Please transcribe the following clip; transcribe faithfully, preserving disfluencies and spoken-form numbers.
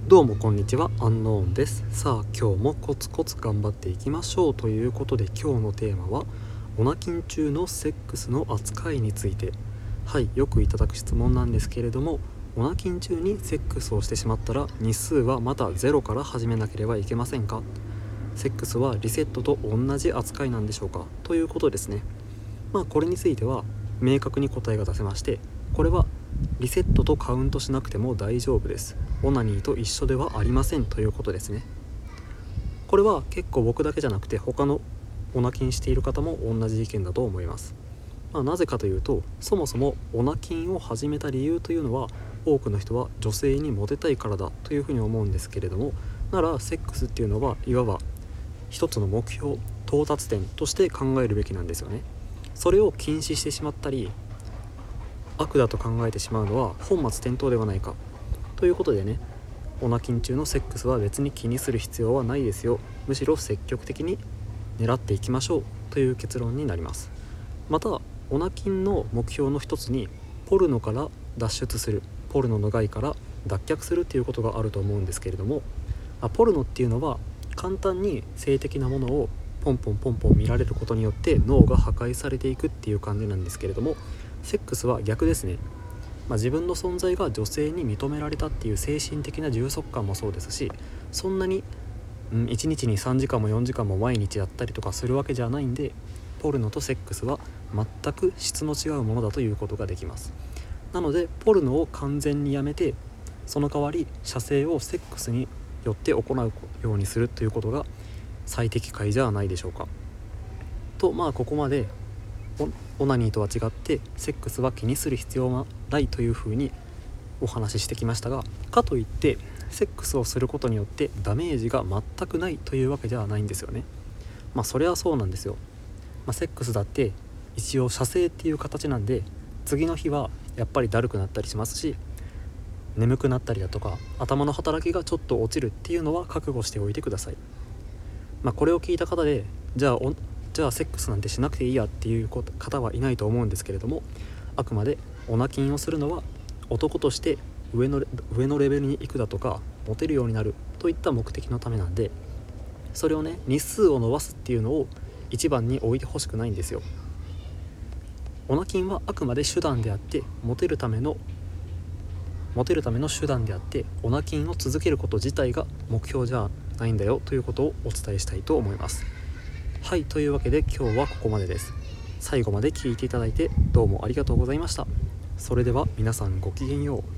どうもこんにちは、アンノーンです。さあ今日もコツコツ頑張っていきましょうということで、今日のテーマはオナキン中のセックスの扱いについて。はい、よくいただく質問なんですけれども、オナキン中にセックスをしてしまったら日数はまたゼロから始めなければいけませんか？セックスはリセットと同じ扱いなんでしょうか、ということですね。まあこれについては明確に答えが出せまして、これはリセットとカウントしなくても大丈夫です。オナニーと一緒ではありませんということですね。これは結構僕だけじゃなくて他のオナキンしている方も同じ意見だと思います。まあ、なぜかというと、そもそもオナキンを始めた理由というのは、多くの人は女性にモテたいからだというふうに思うんですけれども、ならセックスっていうのはいわば一つの目標、到達点として考えるべきなんですよね。それを禁止してしまったり悪だと考えてしまうのは本末転倒ではないかということでね、オナキン中のセックスは別に気にする必要はないですよ、むしろ積極的に狙っていきましょうという結論になります。またオナキンの目標の一つにポルノから脱出する、ポルノの害から脱却するっていうことがあると思うんですけれども、ポルノっていうのは簡単に性的なものをポンポンポンポン見られることによって脳が破壊されていくっていう感じなんですけれども、セックスは逆ですね。まあ、自分の存在が女性に認められたっていう精神的な充足感もそうですし、そんなに、うん、いちにちにさんじかんもよんじかんも毎日やったりとかするわけじゃないんで、ポルノとセックスは全く質の違うものだということができます。なのでポルノを完全にやめて、その代わり射精をセックスによって行うようにするということが最適解じゃないでしょうか。とまあここまでオナニーとは違ってセックスは気にする必要はないというふうにお話ししてきましたが、かといってセックスをすることによってダメージが全くないというわけではないんですよね。まあそれはそうなんですよ。まあ、セックスだって一応射精っていう形なんで、次の日はやっぱりだるくなったりしますし、眠くなったりだとか頭の働きがちょっと落ちるっていうのは覚悟しておいてください。まあ、これを聞いた方でじゃあじゃあセックスなんてしなくていいやっていう方はいないと思うんですけれども、あくまでオナキンをするのは男として上の上のレベルに行くだとかモテるようになるといった目的のためなんで、それをね日数を伸ばすっていうのを一番に置いてほしくないんですよ。オナキンはあくまで手段であってモテるためのモテるための手段であって、オナキンを続けること自体が目標じゃないんだよということをお伝えしたいと思います。はい、というわけで今日はここまでです。最後まで聞いていただいてどうもありがとうございました。それでは皆さんごきげんよう。